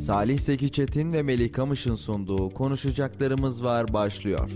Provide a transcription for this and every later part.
Salih Zeki Çetin ve Melih Kamış'ın sunduğu Konuşacaklarımız Var başlıyor.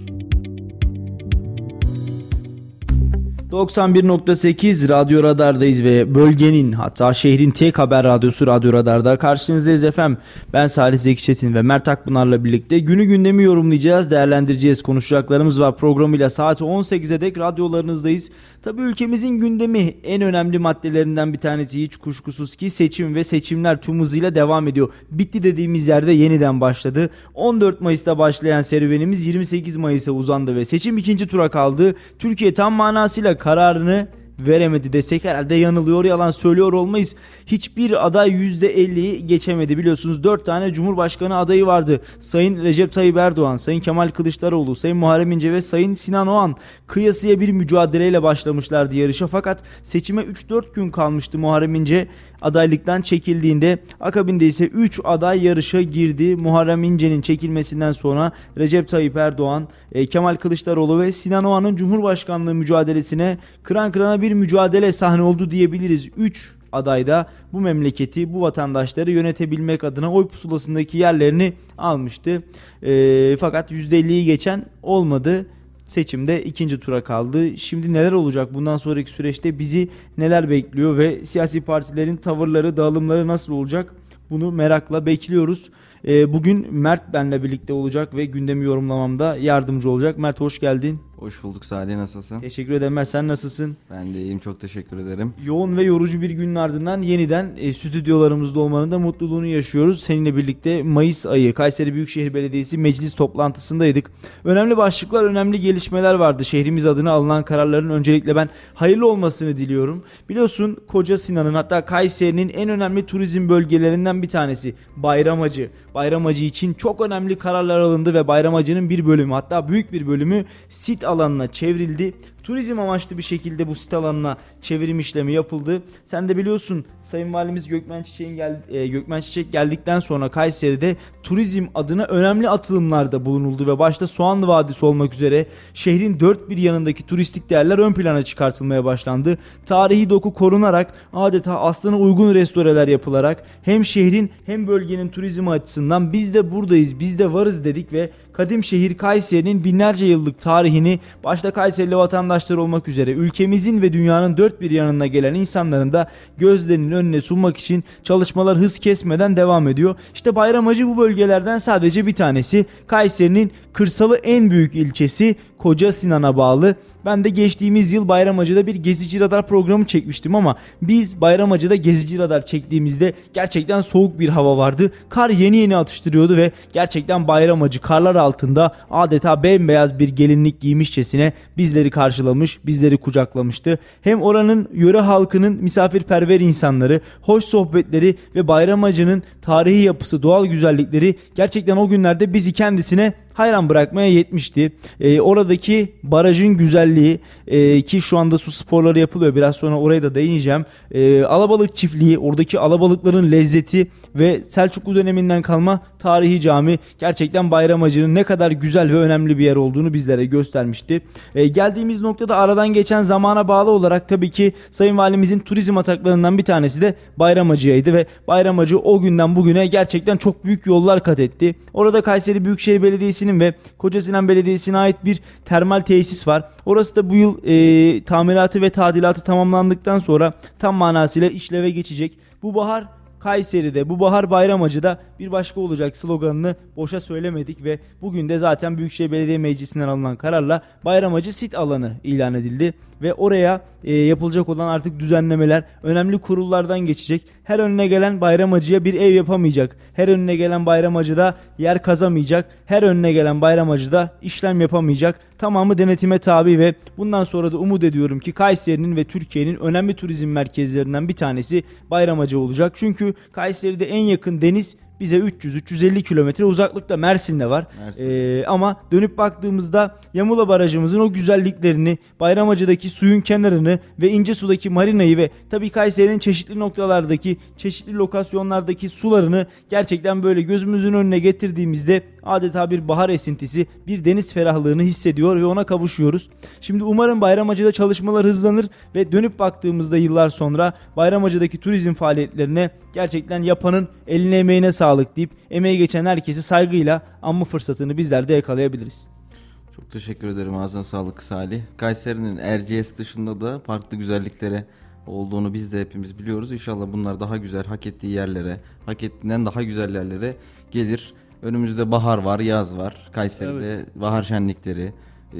91.8 Radyo Radar'dayız ve bölgenin, hatta şehrin tek haber radyosu Radyo Radar'da karşınızdayız efendim. Ben Salih Zeki Çetin ve Mert Akpınar'la birlikte günü gündemi yorumlayacağız, değerlendireceğiz. Konuşacaklarımız var programıyla saat 18'e dek radyolarınızdayız. Tabii ülkemizin gündemi en önemli maddelerinden bir tanesi hiç kuşkusuz ki seçim ve seçimler tüm hızıyla devam ediyor. Bitti dediğimiz yerde yeniden başladı. 14 Mayıs'ta başlayan serüvenimiz 28 Mayıs'a uzandı ve seçim ikinci tura kaldı. Türkiye tam manasıyla kararını veremedi desek herhalde yanılıyor, yalan söylüyor olmayız. Hiçbir aday %50'yi geçemedi. Biliyorsunuz 4 tane Cumhurbaşkanı adayı vardı. Sayın Recep Tayyip Erdoğan, Sayın Kemal Kılıçdaroğlu, Sayın Muharrem İnce ve Sayın Sinan Oğan kıyasıya bir mücadeleyle başlamışlardı yarışa. Fakat seçime 3-4 gün kalmıştı Muharrem İnce adaylıktan çekildiğinde. Akabinde ise 3 aday yarışa girdi. Muharrem İnce'nin çekilmesinden sonra Recep Tayyip Erdoğan, Kemal Kılıçdaroğlu ve Sinan Oğan'ın Cumhurbaşkanlığı mücadelesine kıran kırana bir mücadele sahne oldu diyebiliriz. 3 aday da bu memleketi, bu vatandaşları yönetebilmek adına oy pusulasındaki yerlerini almıştı. Fakat %50'yi geçen olmadı. Seçimde ikinci tura kaldı. Şimdi neler olacak? Bundan sonraki süreçte bizi neler bekliyor ve siyasi partilerin tavırları, dağılımları nasıl olacak? Bunu merakla bekliyoruz. Bugün Mert benle birlikte olacak ve gündemi yorumlamamda yardımcı olacak. Mert hoş geldin. Hoş bulduk Salih, nasılsın? Teşekkür ederim Mert, sen nasılsın? Ben de iyiyim, çok teşekkür ederim. Yoğun ve yorucu bir günün ardından yeniden stüdyolarımızda olmanın da mutluluğunu yaşıyoruz. Seninle birlikte Mayıs ayı Kayseri Büyükşehir Belediyesi meclis toplantısındaydık. Önemli başlıklar, önemli gelişmeler vardı. Şehrimiz adına alınan kararların öncelikle ben hayırlı olmasını diliyorum. Biliyorsun Koca Sinan'ın, hatta Kayseri'nin en önemli turizm bölgelerinden bir tanesi Bayramacı. Bayramacı için çok önemli kararlar alındı ve Bayramacı'nın bir bölümü, hatta büyük bir bölümü sit alanına çevrildi. Turizm amaçlı bir şekilde bu sit alanına çevrim işlemi yapıldı. Sen de biliyorsun Sayın Valimiz Gökmen Çiçek geldikten sonra Kayseri'de turizm adına önemli atılımlarda bulunuldu ve başta Soğanlı Vadisi olmak üzere şehrin dört bir yanındaki turistik değerler ön plana çıkartılmaya başlandı. Tarihi doku korunarak, adeta aslına uygun restoreler yapılarak hem şehrin hem bölgenin turizmi açısından biz de buradayız, biz de varız dedik ve kadim şehir Kayseri'nin binlerce yıllık tarihini başta Kayserili vatandaşlar olmak üzere ülkemizin ve dünyanın dört bir yanına gelen insanların da gözlerinin önüne sunmak için çalışmalar hız kesmeden devam ediyor. İşte Bayramacı bu bölgelerden sadece bir tanesi. Kayseri'nin kırsalı en büyük ilçesi Koca Sinan'a bağlı. Ben de geçtiğimiz yıl Bayramacı'da bir gezici radar programı çekmiştim ama biz Bayramacı'da gezici radar çektiğimizde gerçekten soğuk bir hava vardı. Kar yeni yeni atıştırıyordu ve gerçekten Bayramacı karlar altında adeta bembeyaz bir gelinlik giymişçesine bizleri karşılamış, bizleri kucaklamıştı. Hem oranın yöre halkının misafirperver insanları, hoş sohbetleri ve Bayramacı'nın tarihi yapısı, doğal güzellikleri gerçekten o günlerde bizi kendisine hayran bırakmaya yetmişti. Oradaki barajın güzelliği, ki şu anda su sporları yapılıyor, biraz sonra oraya da değineceğim. Alabalık çiftliği, oradaki alabalıkların lezzeti ve Selçuklu döneminden kalma tarihi cami gerçekten Bayramacı'nın ne kadar güzel ve önemli bir yer olduğunu bizlere göstermişti. Geldiğimiz noktada aradan geçen zamana bağlı olarak tabii ki Sayın Valimizin turizm ataklarından bir tanesi de Bayramacı'ydı ve Bayramacı o günden bugüne gerçekten çok büyük yollar kat etti. Orada Kayseri Büyükşehir Belediyesi'nin ve Koca Sinan Belediyesi'ne ait bir termal tesis var. Orası da bu yıl tamiratı ve tadilatı tamamlandıktan sonra tam manasıyla işleve geçecek. Bu bahar Kayseri'de, bu bahar Bayramacı'da bir başka olacak sloganını boşa söylemedik ve bugün de zaten Büyükşehir Belediye Meclisi'nden alınan kararla Bayramacı sit alanı ilan edildi ve oraya yapılacak olan artık düzenlemeler önemli kurullardan geçecek. Her önüne gelen Bayramacı'ya bir ev yapamayacak. Her önüne gelen Bayramacı'da yer kazamayacak. Her önüne gelen Bayramacı'da işlem yapamayacak. Tamamı denetime tabi ve bundan sonra da umut ediyorum ki Kayseri'nin ve Türkiye'nin önemli turizm merkezlerinden bir tanesi Bayramacı olacak. Çünkü Kayseri'de en yakın deniz bize 300-350 kilometre uzaklıkta Mersin'de var. Ama dönüp baktığımızda Yamula Barajımızın o güzelliklerini, Bayramacı'daki suyun kenarını ve İncesu'daki marinayı ve tabii Kayseri'nin çeşitli noktalardaki, çeşitli lokasyonlardaki sularını gerçekten böyle gözümüzün önüne getirdiğimizde adeta bir bahar esintisi, bir deniz ferahlığını hissediyor ve ona kavuşuyoruz. Şimdi umarım Bayramacı'da çalışmalar hızlanır ve dönüp baktığımızda yıllar sonra Bayramacı'daki turizm faaliyetlerine gerçekten yapanın eline emeğine sağlık sağlık deyip emeği geçen herkesi saygıyla anma fırsatını bizler de yakalayabiliriz. Çok teşekkür ederim. Ağzına sağlık Salih. Kayseri'nin Erciyes dışında da farklı güzelliklere olduğunu biz de hepimiz biliyoruz. İnşallah bunlar daha güzel, hak ettiği yerlere, hak ettiğinden daha güzel yerlere gelir. Önümüzde bahar var, yaz var. Kayseri'de bahar şenlikleri,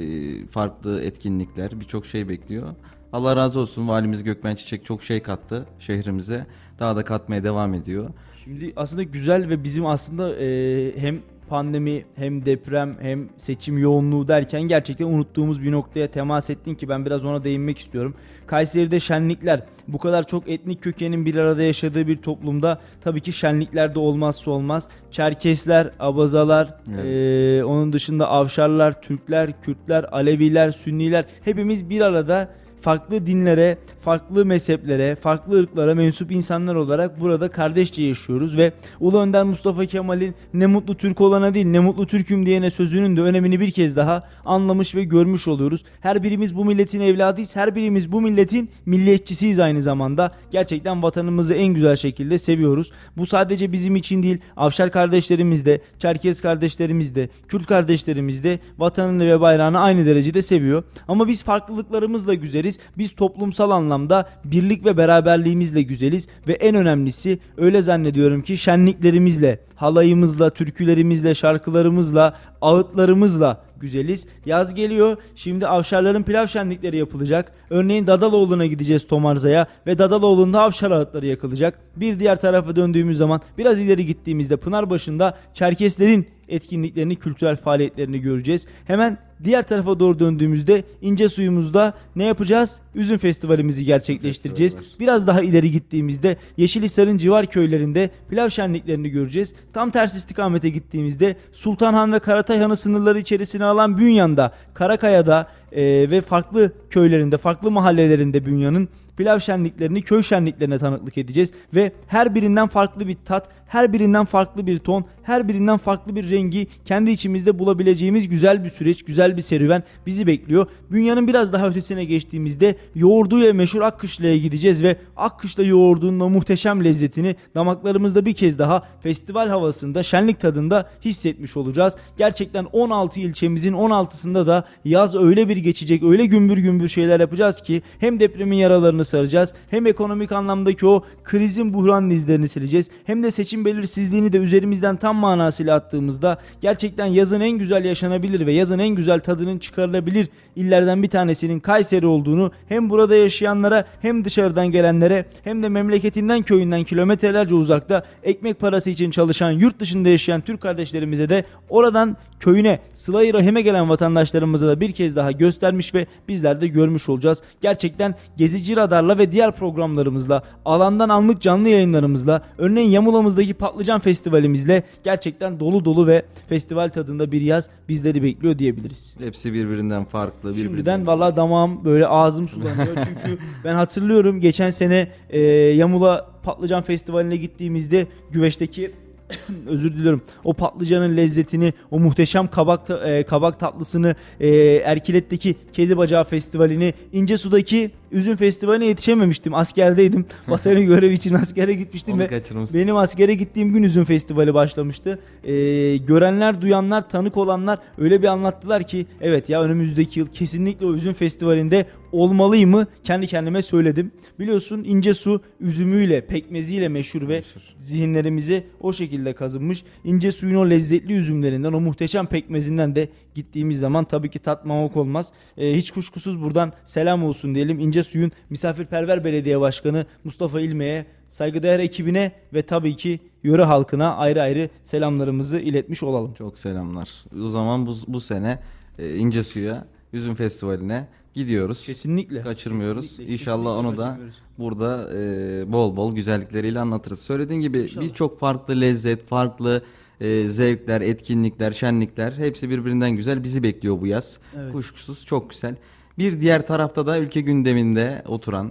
farklı etkinlikler, birçok şey bekliyor. Allah razı olsun. Valimiz Gökmen Çiçek çok şey kattı şehrimize. Daha da katmaya devam ediyor. Şimdi aslında güzel ve bizim aslında hem pandemi hem deprem hem seçim yoğunluğu derken gerçekten unuttuğumuz bir noktaya temas ettin ki ben biraz ona değinmek istiyorum. Kayseri'de şenlikler, bu kadar çok etnik kökenin bir arada yaşadığı bir toplumda tabii ki şenlikler de olmazsa olmaz. Çerkesler, Abazalar, evet. Onun dışında Avşarlar, Türkler, Kürtler, Aleviler, Sünniler hepimiz bir arada farklı dinlere, farklı mezheplere, farklı ırklara mensup insanlar olarak burada kardeşçe yaşıyoruz ve Ulu Önder Mustafa Kemal'in ne mutlu Türk olana değil ne mutlu Türk'üm diyene sözünün de önemini bir kez daha anlamış ve görmüş oluyoruz. Her birimiz bu milletin evladıyız, her birimiz bu milletin milliyetçisiyiz aynı zamanda. Gerçekten vatanımızı en güzel şekilde seviyoruz. Bu sadece bizim için değil, Avşar kardeşlerimiz de, Çerkes kardeşlerimiz de, Kürt kardeşlerimiz de vatanını ve bayrağını aynı derecede seviyor. Ama biz farklılıklarımızla güzeliz. Biz toplumsal anlamda birlik ve beraberliğimizle güzeliz ve en önemlisi öyle zannediyorum ki şenliklerimizle, halayımızla, türkülerimizle, şarkılarımızla, ağıtlarımızla güzeliz. Yaz geliyor. Şimdi Avşarların pilav şenlikleri yapılacak. Örneğin Dadaloğlu'na gideceğiz Tomarza'ya ve Dadaloğlu'nda Avşar ağıtları yakılacak. Bir diğer tarafa döndüğümüz zaman biraz ileri gittiğimizde Pınarbaşı'nda Çerkeslerin etkinliklerini, kültürel faaliyetlerini göreceğiz. Hemen diğer tarafa doğru döndüğümüzde İncesuyumuzda ne yapacağız? Üzüm festivalimizi gerçekleştireceğiz. Biraz daha ileri gittiğimizde Yeşilhisar'ın civar köylerinde pilav şenliklerini göreceğiz. Tam ters istikamete gittiğimizde Sultanhan ve Karatayhan'ı sınırları içerisine alan Bünyan'da, Karakaya'da ve farklı köylerinde, farklı mahallelerinde Bünyan'ın pilav şenliklerini, köy şenliklerine tanıklık edeceğiz ve her birinden farklı bir tat, her birinden farklı bir ton, her birinden farklı bir rengi kendi içimizde bulabileceğimiz güzel bir süreç, güzel bir serüven bizi bekliyor. Bünyanın biraz daha ötesine geçtiğimizde yoğurduyla meşhur Akkışla'ya gideceğiz ve Akkışla yoğurdunun o muhteşem lezzetini damaklarımızda bir kez daha festival havasında, şenlik tadında hissetmiş olacağız. Gerçekten 16 ilçemizin 16'sında da yaz öyle bir geçecek, öyle gümbür gümbür şeyler yapacağız ki hem depremin yaralarını saracağız, hem ekonomik anlamdaki o krizin buhran izlerini sileceğiz, hem de seçim belirsizliğini de üzerimizden tam manasıyla attığımızda gerçekten yazın en güzel yaşanabilir ve yazın en güzel tadının çıkarılabilir illerden bir tanesinin Kayseri olduğunu hem burada yaşayanlara hem dışarıdan gelenlere hem de memleketinden köyünden kilometrelerce uzakta ekmek parası için çalışan yurt dışında yaşayan Türk kardeşlerimize de oradan köyüne sıla-i rahime gelen vatandaşlarımıza da bir kez daha göstermiş ve bizler de görmüş olacağız. Gerçekten Gezici Radar'la ve diğer programlarımızla, alandan anlık canlı yayınlarımızla, örneğin Yamula'mızdaki Patlıcan Festivalimizle gerçekten dolu dolu ve festival tadında bir yaz bizleri bekliyor diyebiliriz. Hepsi birbirinden farklı. Şimdiden vallahi damağım böyle ağzım sulanıyor çünkü ben hatırlıyorum geçen sene Yamula Patlıcan Festivali'ne gittiğimizde Güveç'teki özür diliyorum. O patlıcanın lezzetini, o muhteşem kabak tatlısını, Erkilet'teki Kedi Bacağı Festivali'ni, İncesu'daki Üzüm Festivali'ne yetişememiştim. Askerdeydim. Vatani görev için askere gitmiştim ve benim askere gittiğim gün Üzüm Festivali başlamıştı. Görenler, duyanlar, tanık olanlar öyle bir anlattılar ki evet ya önümüzdeki yıl kesinlikle o Üzüm Festivali'nde olmalıyım mı? Kendi kendime söyledim. Biliyorsun İncesu üzümüyle, pekmeziyle meşhur ve zihinlerimizi o şekilde kazınmış. İncesuyun o lezzetli üzümlerinden, o muhteşem pekmezinden de gittiğimiz zaman tabii ki tatmamak olmaz. Hiç kuşkusuz buradan selam olsun diyelim. İncesuyun misafirperver belediye başkanı Mustafa İlme'ye, saygıdeğer ekibine ve tabii ki yöre halkına ayrı ayrı selamlarımızı iletmiş olalım. Çok selamlar. O zaman bu sene İncesu'ya, Üzüm Festivali'ne gidiyoruz. Kesinlikle. Kaçırmıyoruz. Kesinlikle, İnşallah onu da burada bol bol güzellikleriyle anlatırız. Söylediğin gibi birçok farklı lezzet, farklı zevkler, etkinlikler, şenlikler hepsi birbirinden güzel. Bizi bekliyor bu yaz. Evet. Kuşkusuz çok güzel. Bir diğer tarafta da ülke gündeminde oturan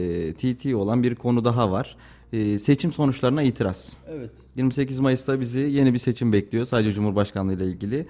TT olan bir konu daha var. Seçim sonuçlarına itiraz. Evet. 28 Mayıs'ta bizi yeni bir seçim bekliyor. Sadece Cumhurbaşkanlığı ile ilgili.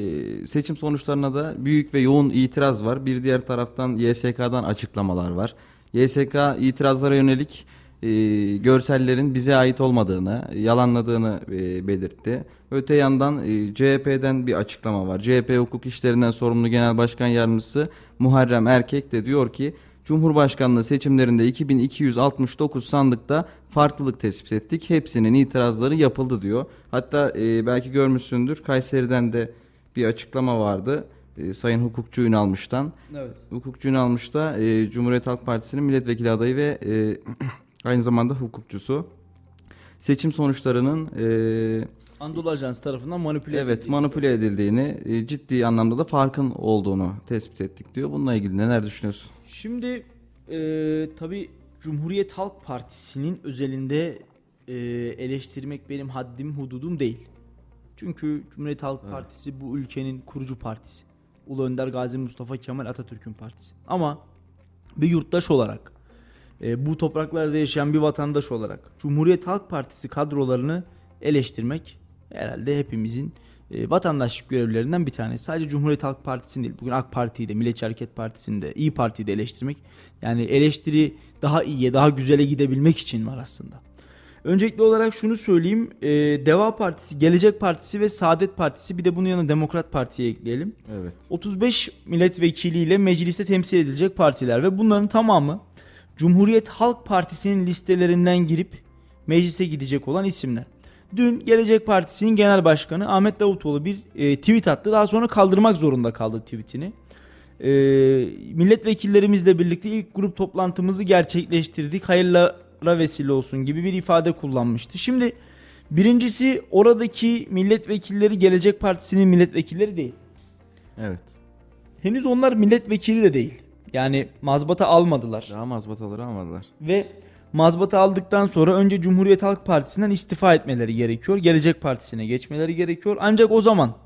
Seçim sonuçlarına da büyük ve yoğun itiraz var. Bir diğer taraftan YSK'dan açıklamalar var. YSK itirazlara yönelik görsellerin bize ait olmadığını, yalanladığını belirtti. Öte yandan CHP'den bir açıklama var. CHP Hukuk İşlerinden sorumlu Genel Başkan Yardımcısı Muharrem Erkek de diyor ki Cumhurbaşkanlığı seçimlerinde 2269 sandıkta farklılık tespit ettik. Hepsinin itirazları yapıldı diyor. Hatta belki görmüşsündür, Kayseri'den de bir açıklama vardı. Sayın Hukukçu Ünalmış'tan. Evet. Hukukçu Ünalmış da Cumhuriyet Halk Partisi'nin milletvekili adayı ve aynı zamanda hukukçusu. Seçim sonuçlarının Anadolu Ajansı tarafından manipüle edildiğini, ciddi anlamda da farkın olduğunu tespit ettik diyor. Bununla ilgili neler düşünüyorsun? Şimdi tabii Cumhuriyet Halk Partisi'nin özelinde eleştirmek benim haddim hududum değil. Çünkü Cumhuriyet Halk Partisi bu ülkenin kurucu partisi. Ulu Önder Gazi Mustafa Kemal Atatürk'ün partisi. Ama bir yurttaş olarak, bu topraklarda yaşayan bir vatandaş olarak Cumhuriyet Halk Partisi kadrolarını eleştirmek herhalde hepimizin vatandaşlık görevlerinden bir tanesi. Sadece Cumhuriyet Halk Partisi'ni değil, bugün AK Parti'yi de, Milliyetçi Hareket Partisi'ni de, İYİ Parti'yi de eleştirmek. Yani eleştiri daha iyiye, daha güzele gidebilmek için var aslında. Öncelikli olarak şunu söyleyeyim. Deva Partisi, Gelecek Partisi ve Saadet Partisi, bir de bunun yanına Demokrat Parti'ye ekleyelim. Evet. 35 milletvekiliyle mecliste temsil edilecek partiler ve bunların tamamı Cumhuriyet Halk Partisi'nin listelerinden girip meclise gidecek olan isimler. Dün Gelecek Partisi'nin genel başkanı Ahmet Davutoğlu bir tweet attı. Daha sonra kaldırmak zorunda kaldı tweetini. Milletvekillerimizle birlikte ilk grup toplantımızı gerçekleştirdik. Hayırlara vesile olsun gibi bir ifade kullanmıştı. Şimdi birincisi, oradaki milletvekilleri Gelecek Partisi'nin milletvekilleri değil. Evet. Henüz onlar milletvekili de değil. Yani mazbata almadılar. Daha mazbataları almadılar. Ve mazbata aldıktan sonra önce Cumhuriyet Halk Partisi'nden istifa etmeleri gerekiyor. Gelecek Partisi'ne geçmeleri gerekiyor. Ancak o zaman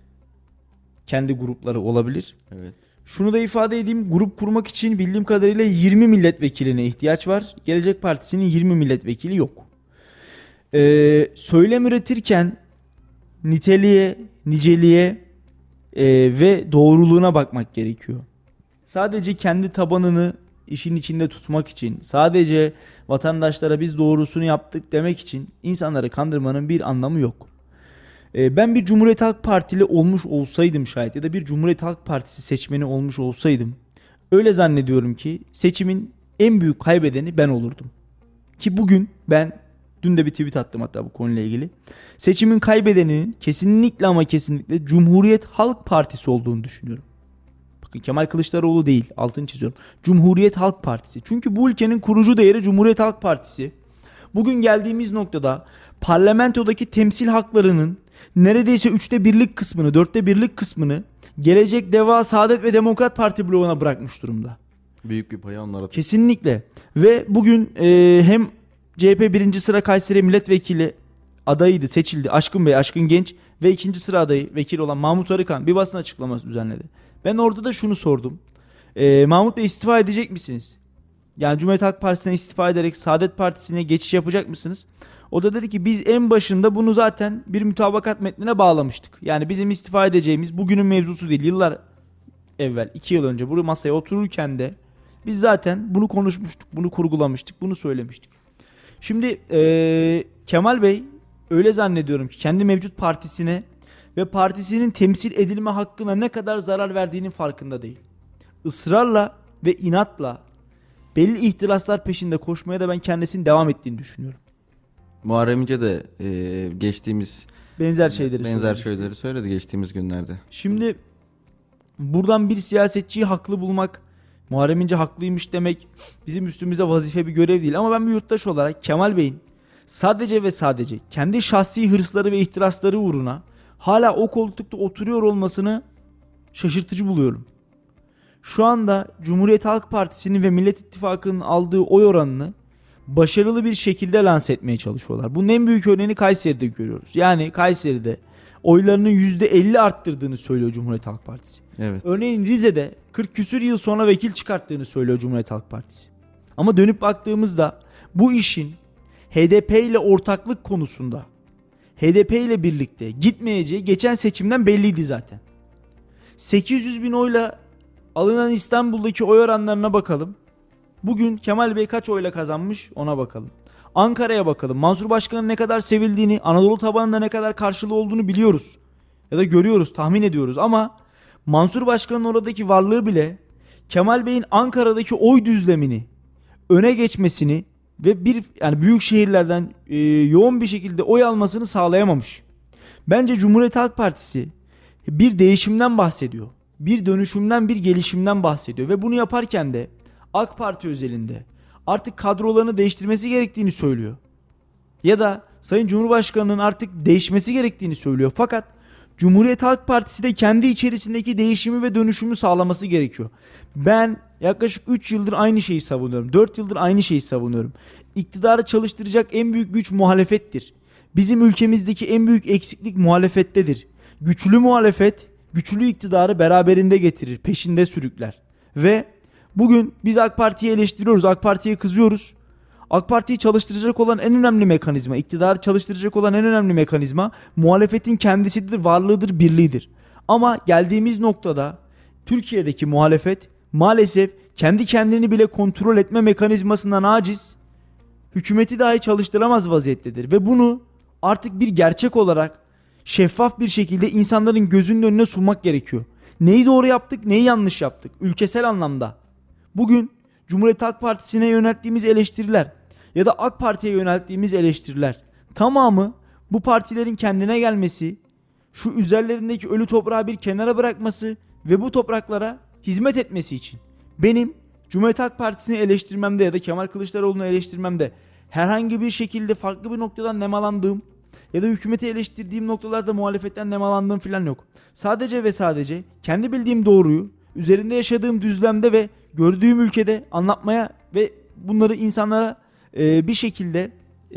kendi grupları olabilir. Evet. Şunu da ifade edeyim. Grup kurmak için bildiğim kadarıyla 20 milletvekiline ihtiyaç var. Gelecek Partisi'nin 20 milletvekili yok. Söylem üretirken niteliğe, niceliğe ve doğruluğuna bakmak gerekiyor. Sadece kendi tabanını işin içinde tutmak için, sadece vatandaşlara biz doğrusunu yaptık demek için insanları kandırmanın bir anlamı yok. Ben bir Cumhuriyet Halk Partili olmuş olsaydım şayet, ya da bir Cumhuriyet Halk Partisi seçmeni olmuş olsaydım, öyle zannediyorum ki seçimin en büyük kaybedeni ben olurdum. Ki bugün dün de bir tweet attım hatta bu konuyla ilgili. Seçimin kaybedeninin kesinlikle ama kesinlikle Cumhuriyet Halk Partisi olduğunu düşünüyorum. Bakın, Kemal Kılıçdaroğlu değil, altını çiziyorum. Cumhuriyet Halk Partisi. Çünkü bu ülkenin kurucu değeri Cumhuriyet Halk Partisi. Bugün geldiğimiz noktada parlamentodaki temsil haklarının neredeyse 3'te 1'lik kısmını, 4'te 1'lik kısmını Gelecek, Deva, Saadet ve Demokrat Parti bloğuna bırakmış durumda. Büyük bir payı onlara. Kesinlikle. Ve bugün hem CHP 1. sıra Kayseri milletvekili adayıydı, seçildi Aşkın Bey, Aşkın Genç, ve 2. sıra adayı vekil olan Mahmut Arıkan bir basın açıklaması düzenledi. Ben orada da şunu sordum. Mahmut Bey, istifa edecek misiniz? Yani Cumhuriyet Halk Partisi'ne istifa ederek Saadet Partisi'ne geçiş yapacak mısınız? O da dedi ki biz en başında bunu zaten bir mütabakat metnine bağlamıştık. Yani bizim istifa edeceğimiz bugünün mevzusu değil. Yıllar evvel, 2 yıl önce bu masaya otururken de biz zaten bunu konuşmuştuk, bunu kurgulamıştık, bunu söylemiştik. Şimdi Kemal Bey öyle zannediyorum ki kendi mevcut partisine ve partisinin temsil edilme hakkına ne kadar zarar verdiğinin farkında değil. Israrla ve inatla belli ihtiraslar peşinde koşmaya da ben kendisinin devam ettiğini düşünüyorum. Muharrem İnce de geçtiğimiz benzer şeyleri söyledi geçtiğimiz günlerde. Şimdi buradan bir siyasetçiyi haklı bulmak, Muharrem İnce haklıymış demek bizim üstümüze vazife bir görev değil. Ama ben bir yurttaş olarak Kemal Bey'in sadece ve sadece kendi şahsi hırsları ve ihtirasları uğruna hala o koltukta oturuyor olmasını şaşırtıcı buluyorum. Şu anda Cumhuriyet Halk Partisi'nin ve Millet İttifakı'nın aldığı oy oranını başarılı bir şekilde lanse etmeye çalışıyorlar. Bunun en büyük örneğini Kayseri'de görüyoruz. Yani Kayseri'de oylarını %50 arttırdığını söylüyor Cumhuriyet Halk Partisi. Evet. Örneğin Rize'de 40 küsür yıl sonra vekil çıkarttığını söylüyor Cumhuriyet Halk Partisi. Ama dönüp baktığımızda bu işin HDP ile ortaklık konusunda HDP ile birlikte gitmeyeceği geçen seçimden belliydi zaten. 800 bin oyla alınan İstanbul'daki oy oranlarına bakalım. Bugün Kemal Bey kaç oyla kazanmış ona bakalım. Ankara'ya bakalım. Mansur Başkan'ın ne kadar sevildiğini, Anadolu tabanında ne kadar karşılığı olduğunu biliyoruz. Ya da görüyoruz, tahmin ediyoruz ama Mansur Başkan'ın oradaki varlığı bile Kemal Bey'in Ankara'daki oy düzlemini öne geçmesini ve yani büyük şehirlerden yoğun bir şekilde oy almasını sağlayamamış. Bence Cumhuriyet Halk Partisi bir değişimden bahsediyor. Bir dönüşümden, bir gelişimden bahsediyor ve bunu yaparken de AK Parti özelinde artık kadrolarını değiştirmesi gerektiğini söylüyor. Ya da Sayın Cumhurbaşkanı'nın artık değişmesi gerektiğini söylüyor. Fakat Cumhuriyet Halk Partisi de kendi içerisindeki değişimi ve dönüşümü sağlaması gerekiyor. Ben yaklaşık 3 yıldır aynı şeyi savunuyorum. 4 yıldır aynı şeyi savunuyorum. İktidarı çalıştıracak en büyük güç muhalefettir. Bizim ülkemizdeki en büyük eksiklik muhalefettedir. Güçlü muhalefet, güçlü iktidarı beraberinde getirir, peşinde sürükler. Ve bugün biz AK Parti'yi eleştiriyoruz, AK Parti'ye kızıyoruz. AK Parti'yi çalıştıracak olan en önemli mekanizma, iktidarı çalıştıracak olan en önemli mekanizma muhalefetin kendisidir, varlığıdır, birliğidir. Ama geldiğimiz noktada Türkiye'deki muhalefet maalesef kendi kendini bile kontrol etme mekanizmasından aciz, hükümeti dahi çalıştıramaz vaziyettedir. Ve bunu artık bir gerçek olarak şeffaf bir şekilde insanların gözünün önüne sunmak gerekiyor. Neyi doğru yaptık, neyi yanlış yaptık ülkesel anlamda. Bugün Cumhuriyet Halk Partisi'ne yönelttiğimiz eleştiriler ya da AK Parti'ye yönelttiğimiz eleştiriler tamamı bu partilerin kendine gelmesi, şu üzerlerindeki ölü toprağı bir kenara bırakması ve bu topraklara hizmet etmesi için. Benim Cumhuriyet Halk Partisi'ni eleştirmemde ya da Kemal Kılıçdaroğlu'nu eleştirmemde herhangi bir şekilde farklı bir noktadan nemalandığım ya da hükümeti eleştirdiğim noktalarda muhalefetten nemalandığım falan yok. Sadece ve sadece kendi bildiğim doğruyu üzerinde yaşadığım düzlemde ve gördüğüm ülkede anlatmaya ve bunları insanlara bir şekilde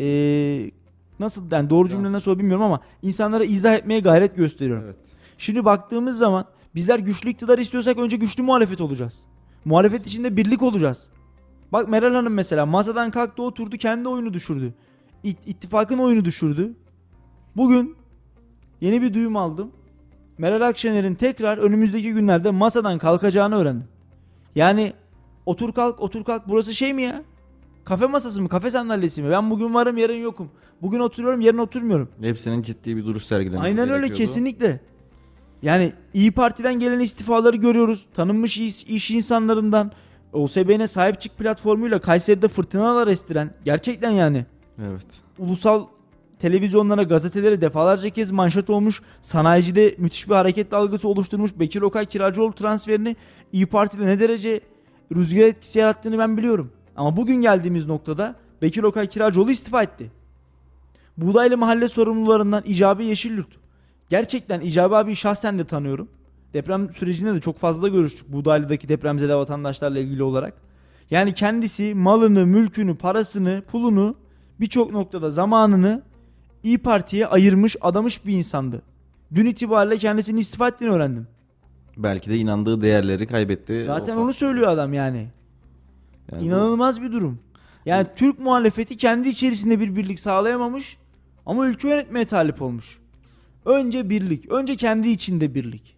nasıl, yani doğru cümle nasıl bilmiyorum ama insanlara izah etmeye gayret gösteriyorum. Evet. Şimdi baktığımız zaman bizler güçlü iktidar istiyorsak önce güçlü muhalefet olacağız. Muhalefet içinde birlik olacağız. Bak Meral Hanım mesela masadan kalktı, oturdu, kendi oyunu düşürdü. İttifakın oyunu düşürdü. Bugün yeni bir duyum aldım. Meral Akşener'in tekrar önümüzdeki günlerde masadan kalkacağını öğrendim. Yani otur kalk burası şey mi ya? Kafe masası mı? Kafe sandalyesi mi? Ben bugün varım yarın yokum. Bugün oturuyorum yarın oturmuyorum. Hepsinin ciddi bir duruş sergilemesi gerekiyordu. Aynen öyle, kesinlikle. Yani İyi Parti'den gelen istifaları görüyoruz. Tanınmış iş insanlarından OSB'ne sahip çık platformuyla Kayseri'de fırtınalar estiren, gerçekten yani. Evet. Ulusal televizyonlara, gazetelere defalarca kez manşet olmuş, sanayicide müthiş bir hareket dalgası oluşturmuş Bekir Okay Kiracıoğlu transferini İyi Parti'de ne derece rüzgar etkisi yarattığını ben biliyorum. Ama bugün geldiğimiz noktada Bekir Okay Kiracıoğlu istifa etti. Buğdaylı mahalle sorumlularından İcabi Yeşilyurt. Gerçekten İcabi abi şahsen de tanıyorum. Deprem sürecinde de çok fazla görüştük Buğdaylı'daki depremzede vatandaşlarla ilgili olarak. Yani kendisi malını, mülkünü, parasını, pulunu, birçok noktada zamanını İyi Parti'ye ayırmış, adamış bir insandı. Dün itibariyle kendisinin istifa ettiğini öğrendim. Belki de inandığı değerleri kaybetti. Zaten onu söylüyor adam yani. İnanılmaz bir durum. Yani Türk muhalefeti kendi içerisinde bir birlik sağlayamamış ama ülke yönetmeye talip olmuş. Önce birlik, önce kendi içinde birlik.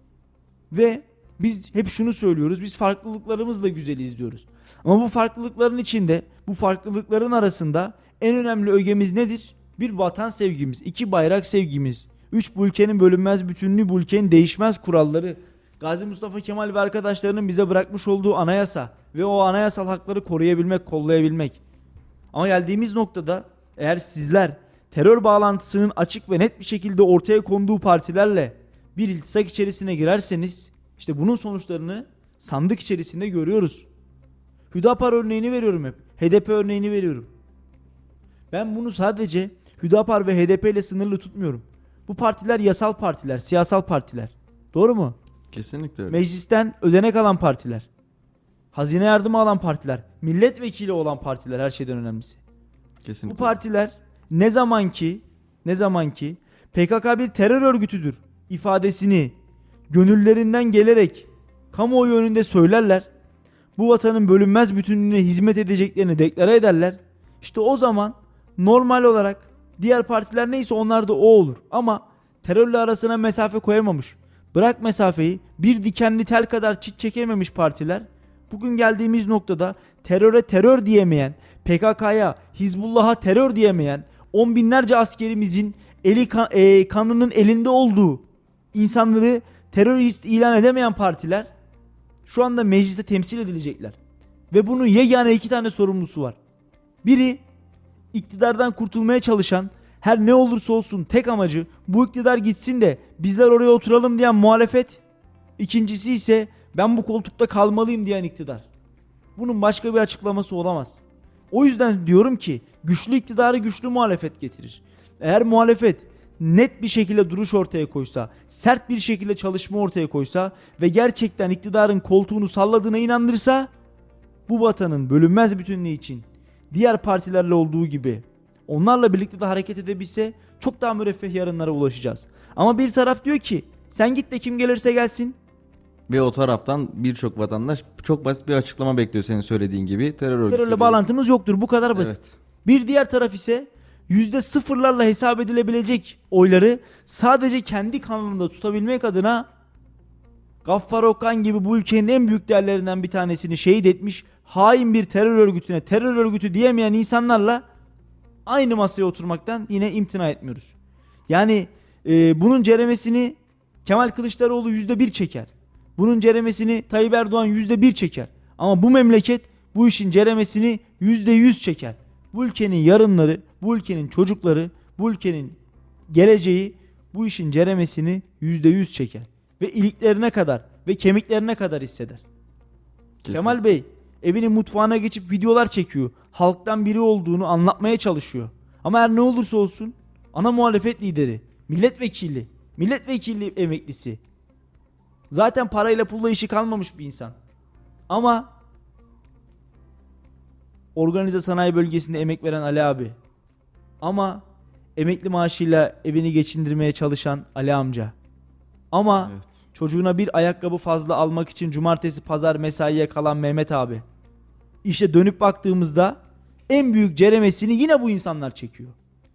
Ve biz hep şunu söylüyoruz, biz farklılıklarımızla güzeliz diyoruz. Ama bu farklılıkların içinde, bu farklılıkların arasında en önemli ögemiz nedir? Bir vatan sevgimiz, 2 bayrak sevgimiz, 3 bu ülkenin bölünmez bütünlüğü, bu ülkenin değişmez kuralları, Gazi Mustafa Kemal ve arkadaşlarının bize bırakmış olduğu anayasa ve o anayasal hakları koruyabilmek, kollayabilmek. Ama geldiğimiz noktada eğer sizler terör bağlantısının açık ve net bir şekilde ortaya konduğu partilerle bir iltisak içerisine girerseniz işte bunun sonuçlarını sandık içerisinde görüyoruz. Hüdapar örneğini veriyorum hep. HDP örneğini veriyorum. Ben bunu sadece Hüdapar ve HDP ile sınırlı tutmuyorum. Bu partiler yasal partiler, siyasal partiler. Doğru mu? Kesinlikle öyle. Meclisten ödenek alan partiler. Hazine yardımı alan partiler. Milletvekili olan partiler her şeyden önemlisi. Kesinlikle. Bu partiler ne zaman ki PKK bir terör örgütüdür ifadesini gönüllerinden gelerek kamuoyu önünde söylerler. Bu vatanın bölünmez bütünlüğüne hizmet edeceklerini deklare ederler. İşte o zaman normal olarak diğer partiler neyse onlar da o olur. Ama terörle arasına mesafe koyamamış, bırak mesafeyi, bir dikenli tel kadar çit çekememiş partiler Bugün geldiğimiz noktada teröre terör diyemeyen, PKK'ya, Hizbullah'a terör diyemeyen, on binlerce askerimizin kanının elinde olduğu insanları terörist ilan edemeyen partiler şu anda mecliste temsil edilecekler. Ve bunun yegane 2 tane sorumlusu var. Biri iktidardan kurtulmaya çalışan, her ne olursa olsun tek amacı bu iktidar gitsin de bizler oraya oturalım diyen muhalefet. İkincisi ise ben bu koltukta kalmalıyım diyen iktidar. Bunun başka bir açıklaması olamaz. O yüzden diyorum ki güçlü iktidarı güçlü muhalefet getirir. Eğer muhalefet net bir şekilde duruş ortaya koysa, sert bir şekilde çalışma ortaya koysa ve gerçekten iktidarın koltuğunu salladığına inandırsa, bu vatanın bölünmez bütünlüğü için diğer partilerle olduğu gibi onlarla birlikte de hareket edebilse çok daha müreffeh yarınlara ulaşacağız. Ama bir taraf diyor ki sen git de kim gelirse gelsin. Ve o taraftan birçok vatandaş çok basit bir açıklama bekliyor senin söylediğin gibi. Terörle bağlantımız yoktur, bu kadar basit. Evet. Bir diğer taraf ise %0'larla hesap edilebilecek oyları sadece kendi kanalında tutabilmek adına Gaffar Okan gibi bu ülkenin en büyük değerlerinden bir tanesini şehit etmiş hain bir terör örgütüne terör örgütü diyemeyen insanlarla aynı masaya oturmaktan yine imtina etmiyoruz. Yani bunun ceremesini Kemal Kılıçdaroğlu %1 çeker. Bunun ceremesini Tayyip Erdoğan %1 çeker. Ama bu memleket bu işin ceremesini %100 çeker. Bu ülkenin yarınları, bu ülkenin çocukları, bu ülkenin geleceği bu işin ceremesini %100 çeker. Ve iliklerine kadar ve kemiklerine kadar hisseder. Kesin. Kemal Bey evinin mutfağına geçip videolar çekiyor. Halktan biri olduğunu anlatmaya çalışıyor. Ama her ne olursa olsun ana muhalefet lideri, milletvekili emeklisi. Zaten parayla pulla işi kalmamış bir insan. Ama organize sanayi bölgesinde emek veren Ali abi. Ama emekli maaşıyla evini geçindirmeye çalışan Ali amca. Ama evet, çocuğuna bir ayakkabı fazla almak için cumartesi pazar mesaiye kalan Mehmet abi. İşte dönüp baktığımızda en büyük ceremesini yine bu insanlar çekiyor.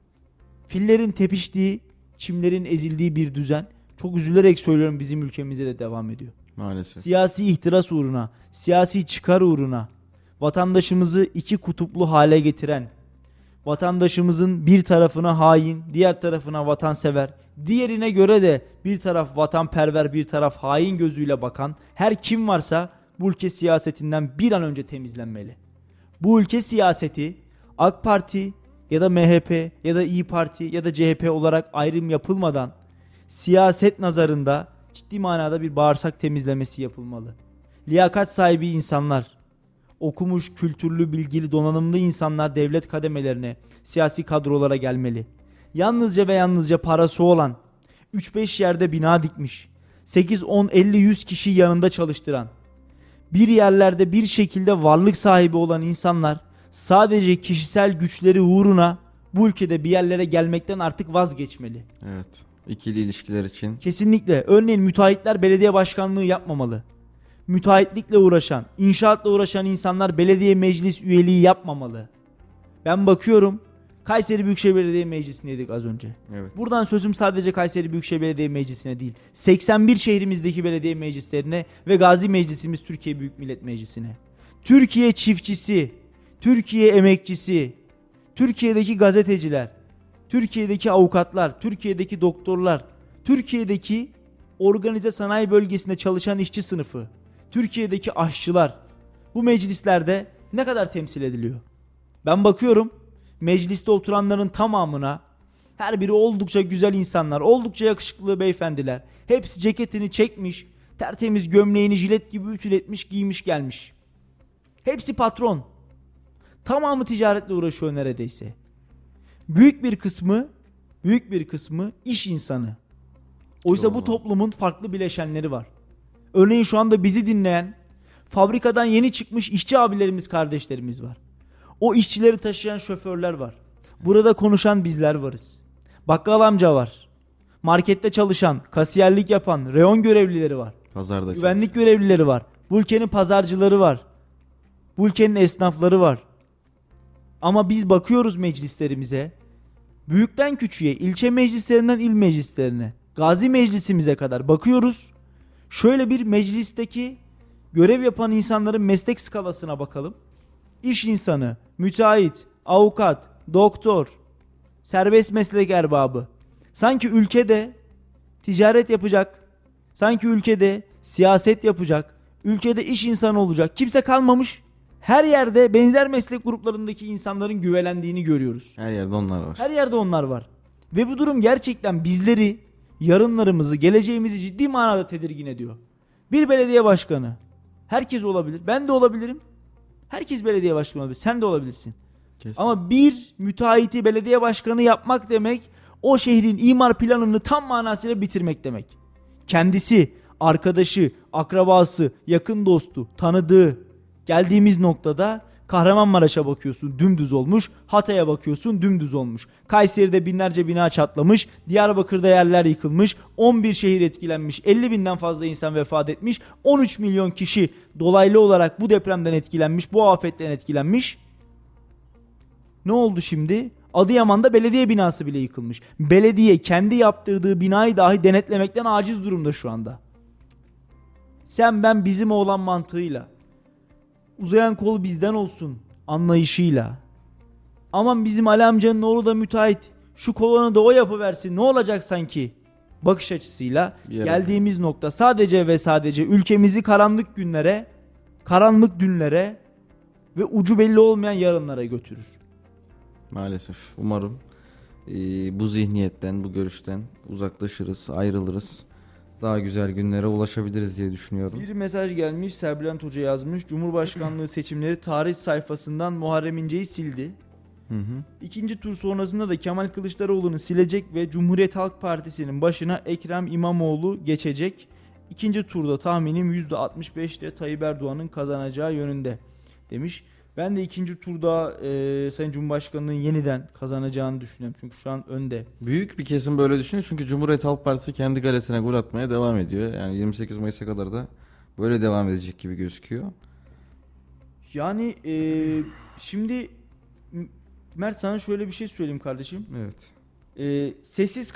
Fillerin tepiştiği, çimlerin ezildiği bir düzen, çok üzülerek söylüyorum, bizim ülkemizde de devam ediyor. Maalesef. Siyasi ihtiras uğruna, siyasi çıkar uğruna vatandaşımızı iki kutuplu hale getiren, vatandaşımızın bir tarafına hain, diğer tarafına vatansever, diğerine göre de bir taraf vatanperver, bir taraf hain gözüyle bakan her kim varsa bu ülke siyasetinden bir an önce temizlenmeli. Bu ülke siyaseti AK Parti ya da MHP ya da İyi Parti ya da CHP olarak ayrım yapılmadan siyaset nazarında ciddi manada bir bağırsak temizlemesi yapılmalı. Liyakat sahibi insanlar, okumuş, kültürlü, bilgili, donanımlı insanlar devlet kademelerine, siyasi kadrolara gelmeli. Yalnızca ve yalnızca parası olan, 3-5 yerde bina dikmiş, 8-10-50-100 kişi yanında çalıştıran, bir yerlerde bir şekilde varlık sahibi olan insanlar sadece kişisel güçleri uğruna bu ülkede bir yerlere gelmekten artık vazgeçmeli. Evet. İkili ilişkiler için. Kesinlikle. Örneğin müteahhitler belediye başkanlığı yapmamalı. Müteahhitlikle uğraşan, inşaatla uğraşan insanlar belediye meclis üyeliği yapmamalı. Ben bakıyorum, Kayseri Büyükşehir Belediye Meclisi'ndeydik az önce. Evet. Buradan sözüm sadece Kayseri Büyükşehir Belediye Meclisi'ne değil, 81 şehrimizdeki belediye meclislerine ve Gazi Meclisimiz Türkiye Büyük Millet Meclisi'ne. Türkiye çiftçisi, Türkiye emekçisi, Türkiye'deki gazeteciler, Türkiye'deki avukatlar, Türkiye'deki doktorlar, Türkiye'deki organize sanayi bölgesinde çalışan işçi sınıfı, Türkiye'deki aşçılar bu meclislerde ne kadar temsil ediliyor? Ben bakıyorum mecliste oturanların tamamına, her biri oldukça güzel insanlar, oldukça yakışıklı beyefendiler. Hepsi ceketini çekmiş, tertemiz gömleğini jilet gibi ütületmiş, giymiş gelmiş. Hepsi patron. Tamamı ticaretle uğraşıyor neredeyse. Büyük bir kısmı iş insanı. Oysa bu toplumun farklı bileşenleri var. Örneğin şu anda bizi dinleyen, fabrikadan yeni çıkmış işçi abilerimiz, kardeşlerimiz var. O işçileri taşıyan şoförler var. Burada konuşan bizler varız. Bakkal amca var. Markette çalışan, kasiyerlik yapan, reyon görevlileri var. Pazarda güvenlik görevlileri var. Bu ülkenin pazarcıları var. Bu ülkenin esnafları var. Ama biz bakıyoruz meclislerimize. Büyükten küçüğe, ilçe meclislerinden il meclislerine, Gazi Meclisimize kadar bakıyoruz. Şöyle bir meclisteki görev yapan insanların meslek skalasına bakalım. İş insanı, müteahhit, avukat, doktor, serbest meslek erbabı. Sanki ülkede ticaret yapacak, sanki ülkede siyaset yapacak, ülkede iş insanı olacak kimse kalmamış. Her yerde benzer meslek gruplarındaki insanların güvelendiğini görüyoruz. Her yerde onlar var. Her yerde onlar var. Ve bu durum gerçekten bizleri, yarınlarımızı, geleceğimizi ciddi manada tedirgin ediyor. Bir belediye başkanı, herkes olabilir. Ben de olabilirim. Herkes belediye başkanı olabilir. Sen de olabilirsin. Kesin. Ama bir müteahhiti belediye başkanı yapmak demek, o şehrin imar planını tam manasıyla bitirmek demek. Kendisi, arkadaşı, akrabası, yakın dostu, tanıdığı, geldiğimiz noktada Kahramanmaraş'a bakıyorsun dümdüz olmuş, Hatay'a bakıyorsun dümdüz olmuş. Kayseri'de binlerce bina çatlamış, Diyarbakır'da yerler yıkılmış, 11 şehir etkilenmiş, 50 binden fazla insan vefat etmiş, 13 milyon kişi dolaylı olarak bu depremden etkilenmiş, bu afetten etkilenmiş. Ne oldu şimdi? Adıyaman'da belediye binası bile yıkılmış. Belediye kendi yaptırdığı binayı dahi denetlemekten aciz durumda şu anda. Sen ben bizim olan mantığıyla, uzayan kol bizden olsun anlayışıyla, aman bizim Ali amcanın oğlu da müteahhit, şu kolonu da o yapıversin ne olacak sanki bakış açısıyla geldiğimiz nokta sadece ve sadece ülkemizi karanlık dünlere ve ucu belli olmayan yarınlara götürür. Maalesef. Umarım bu zihniyetten, bu görüşten uzaklaşırız, ayrılırız. Daha güzel günlere ulaşabiliriz diye düşünüyorum. Bir mesaj gelmiş, Serbülent Hoca yazmış. Cumhurbaşkanlığı seçimleri tarih sayfasından Muharrem İnce'yi sildi. İkinci tur sonrasında da Kemal Kılıçdaroğlu'nu silecek ve Cumhuriyet Halk Partisi'nin başına Ekrem İmamoğlu geçecek. İkinci turda tahminim %65'te Tayyip Erdoğan'ın kazanacağı yönünde demiş. Ben de ikinci turda Sayın Cumhurbaşkanı'nın yeniden kazanacağını düşünüyorum. Çünkü şu an önde. Büyük bir kesim böyle düşünüyor. Çünkü Cumhuriyet Halk Partisi kendi galesine gol atmaya devam ediyor. Yani 28 Mayıs'a kadar da böyle devam edecek gibi gözüküyor. Yani şimdi Mert sana şöyle bir şey söyleyeyim kardeşim. Evet. Sessiz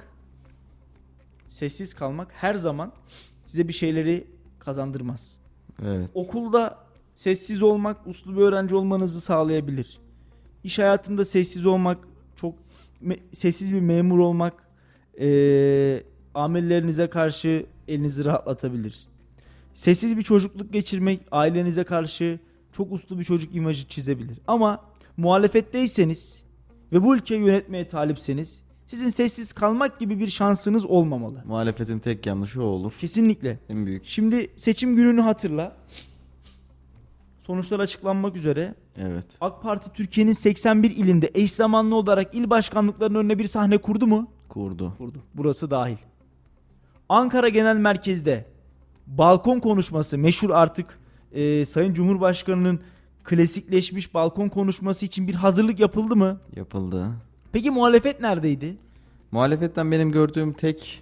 kalmak her zaman size bir şeyleri kazandırmaz. Evet. Okulda sessiz olmak uslu bir öğrenci olmanızı sağlayabilir. İş hayatında sessiz olmak, çok sessiz bir memur olmak amirlerinize karşı elinizi rahatlatabilir. Sessiz bir çocukluk geçirmek ailenize karşı çok uslu bir çocuk imajı çizebilir. Ama muhalefetteyseniz ve bu ülkeyi yönetmeye talipseniz sizin sessiz kalmak gibi bir şansınız olmamalı. Muhalefetin tek yanlışı o olur. Kesinlikle. En büyük. Şimdi seçim gününü hatırla. Sonuçlar açıklanmak üzere. Evet. AK Parti Türkiye'nin 81 ilinde eş zamanlı olarak il başkanlıklarının önüne bir sahne kurdu mu? Kurdu. Burası dahil. Ankara Genel Merkez'de balkon konuşması meşhur artık Sayın Cumhurbaşkanı'nın klasikleşmiş balkon konuşması için bir hazırlık yapıldı mı? Yapıldı. Peki muhalefet neredeydi? Muhalefetten benim gördüğüm tek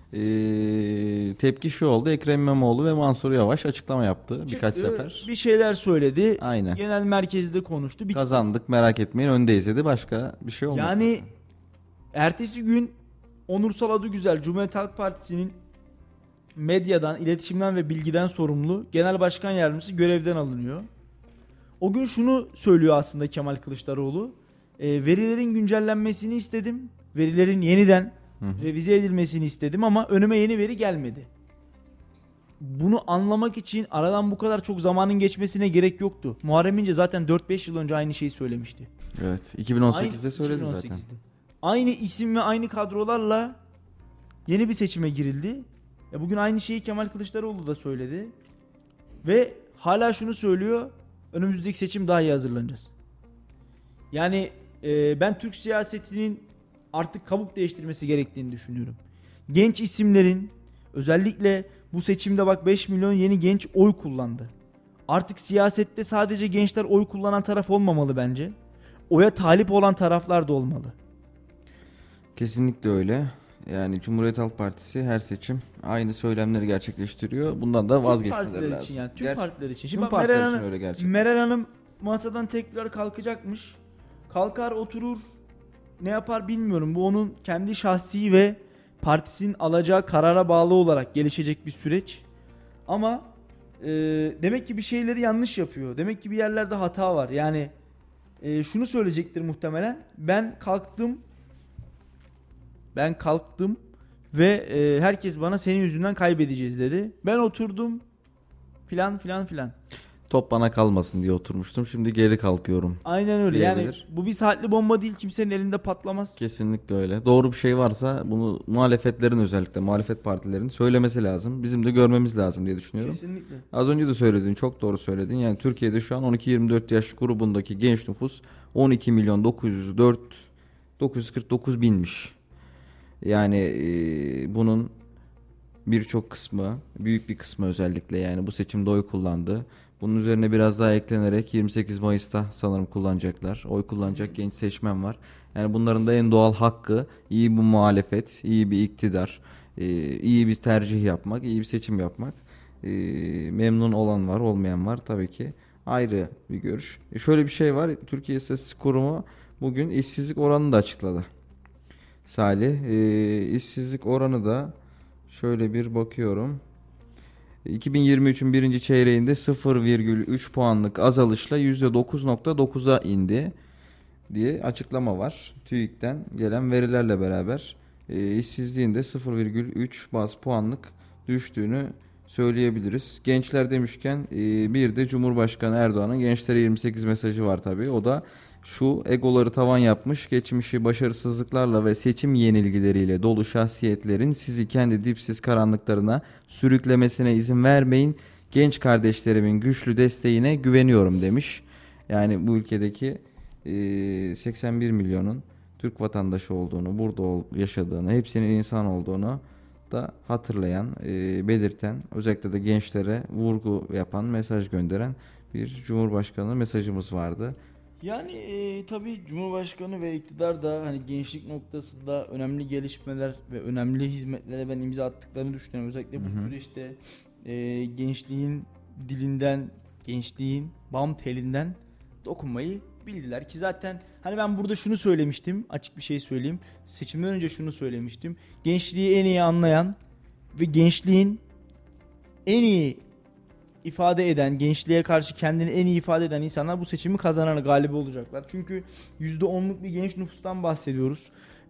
tepki şu oldu. Ekrem İmamoğlu ve Mansur Yavaş açıklama yaptı birkaç sefer. Bir şeyler söyledi. Aynen. Genel merkezde konuştu. Kazandık merak etmeyin öndeyiz dedi. Başka bir şey olmadı. Yani ertesi gün Onursal Adıgüzel Cumhuriyet Halk Partisi'nin medyadan, iletişimden ve bilgiden sorumlu genel başkan yardımcısı görevden alınıyor. O gün şunu söylüyor aslında Kemal Kılıçdaroğlu. Verilerin güncellenmesini istedim. Verilerin yeniden revize edilmesini istedim ama önüme yeni veri gelmedi. Bunu anlamak için aradan bu kadar çok zamanın geçmesine gerek yoktu. Muharrem İnce zaten 4-5 yıl önce aynı şeyi söylemişti. Evet. 2018'de söyledi 2018'de. zaten. Aynı isim ve aynı kadrolarla yeni bir seçime girildi. Bugün aynı şeyi Kemal Kılıçdaroğlu da söyledi. Ve hala şunu söylüyor. Önümüzdeki seçim daha iyi hazırlanacağız. Yani ben Türk siyasetinin artık kabuk değiştirmesi gerektiğini düşünüyorum. Genç isimlerin özellikle bu seçimde bak 5 milyon yeni genç oy kullandı. Artık siyasette sadece gençler oy kullanan taraf olmamalı bence. Oya talip olan taraflar da olmalı. Kesinlikle öyle. Yani Cumhuriyet Halk Partisi her seçim aynı söylemleri gerçekleştiriyor. Bundan da vazgeçmeleri lazım. Için yani tüm partiler için. Şimdi tüm partiler için öyle gerçekten. Meral Hanım masadan tekrar kalkacakmış. Kalkar oturur ne yapar bilmiyorum. Bu onun kendi şahsi ve partisinin alacağı karara bağlı olarak gelişecek bir süreç. Ama demek ki bir şeyleri yanlış yapıyor. Demek ki bir yerlerde hata var. Yani şunu söyleyecektir muhtemelen. Ben kalktım ve herkes bana senin yüzünden kaybedeceğiz dedi. Ben oturdum filan filan filan. Top bana kalmasın diye oturmuştum. Şimdi geri kalkıyorum. Aynen öyle. Diyebilir. Yani bu bir saatli bomba değil. Kimsenin elinde patlamaz. Kesinlikle öyle. Doğru bir şey varsa bunu muhalefetlerin, özellikle muhalefet partilerinin söylemesi lazım. Bizim de görmemiz lazım diye düşünüyorum. Kesinlikle. Az önce de söyledin, çok doğru söyledin. Yani Türkiye'de şu an 12-24 yaş grubundaki genç nüfus 12 milyon 949 binmiş. Yani bunun birçok kısmı, büyük bir kısmı özellikle yani bu seçimde oy kullandı. Bunun üzerine biraz daha eklenerek 28 Mayıs'ta sanırım kullanacaklar. Oy kullanacak genç seçmen var. Yani bunların da en doğal hakkı iyi bir muhalefet, iyi bir iktidar, iyi bir tercih yapmak, iyi bir seçim yapmak. Memnun olan var, olmayan var tabii ki. Ayrı bir görüş. Şöyle bir şey var. Türkiye İstatistik Kurumu bugün işsizlik oranını da açıkladı. Salih, işsizlik oranı da şöyle bir bakıyorum. 2023'ün birinci çeyreğinde 0,3 puanlık azalışla %9.9'a indi diye açıklama var. TÜİK'ten gelen verilerle beraber işsizliğin de 0,3 baz puanlık düştüğünü söyleyebiliriz. Gençler demişken bir de Cumhurbaşkanı Erdoğan'ın gençlere 28 mesajı var tabii. O da şu: egoları tavan yapmış, geçmişi başarısızlıklarla ve seçim yenilgileriyle dolu şahsiyetlerin sizi kendi dipsiz karanlıklarına sürüklemesine izin vermeyin. Genç kardeşlerimin güçlü desteğine güveniyorum demiş. Yani bu ülkedeki 81 milyonun Türk vatandaşı olduğunu, burada yaşadığını, hepsinin insan olduğunu da hatırlayan, belirten, özellikle de gençlere vurgu yapan, mesaj gönderen bir Cumhurbaşkanı mesajımız vardı. Yani tabii Cumhurbaşkanı ve iktidar da hani gençlik noktasında önemli gelişmeler ve önemli hizmetlere ben imza attıklarını düşünüyorum. Özellikle bu süreçte gençliğin dilinden, gençliğin bam telinden dokunmayı bildiler ki zaten hani ben burada şunu söylemiştim, açık bir şey söyleyeyim. Seçimden önce şunu söylemiştim. Gençliği en iyi anlayan ve gençliğin en iyi ifade eden, gençliğe karşı kendini en iyi ifade eden insanlar bu seçimi kazanan galibi olacaklar. Çünkü %10'luk bir genç nüfustan bahsediyoruz.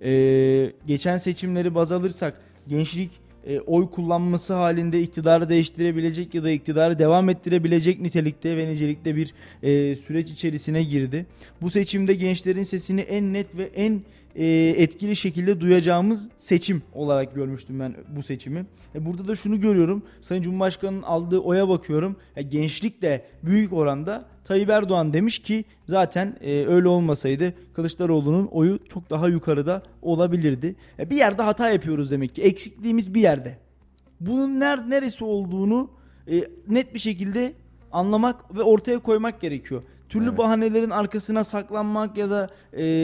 Geçen seçimleri baz alırsak gençlik oy kullanması halinde iktidarı değiştirebilecek ya da iktidarı devam ettirebilecek nitelikte ve nicelikte bir süreç içerisine girdi. Bu seçimde gençlerin sesini en net ve en etkili şekilde duyacağımız seçim olarak görmüştüm ben bu seçimi. Burada da şunu görüyorum. Sayın Cumhurbaşkanı'nın aldığı oya bakıyorum. Gençlik de büyük oranda Tayyip Erdoğan demiş ki zaten öyle olmasaydı Kılıçdaroğlu'nun oyu çok daha yukarıda olabilirdi. Bir yerde hata yapıyoruz demek ki. Eksikliğimiz bir yerde. Bunun neresi olduğunu net bir şekilde anlamak ve ortaya koymak gerekiyor. Türlü bahanelerin arkasına saklanmak ya da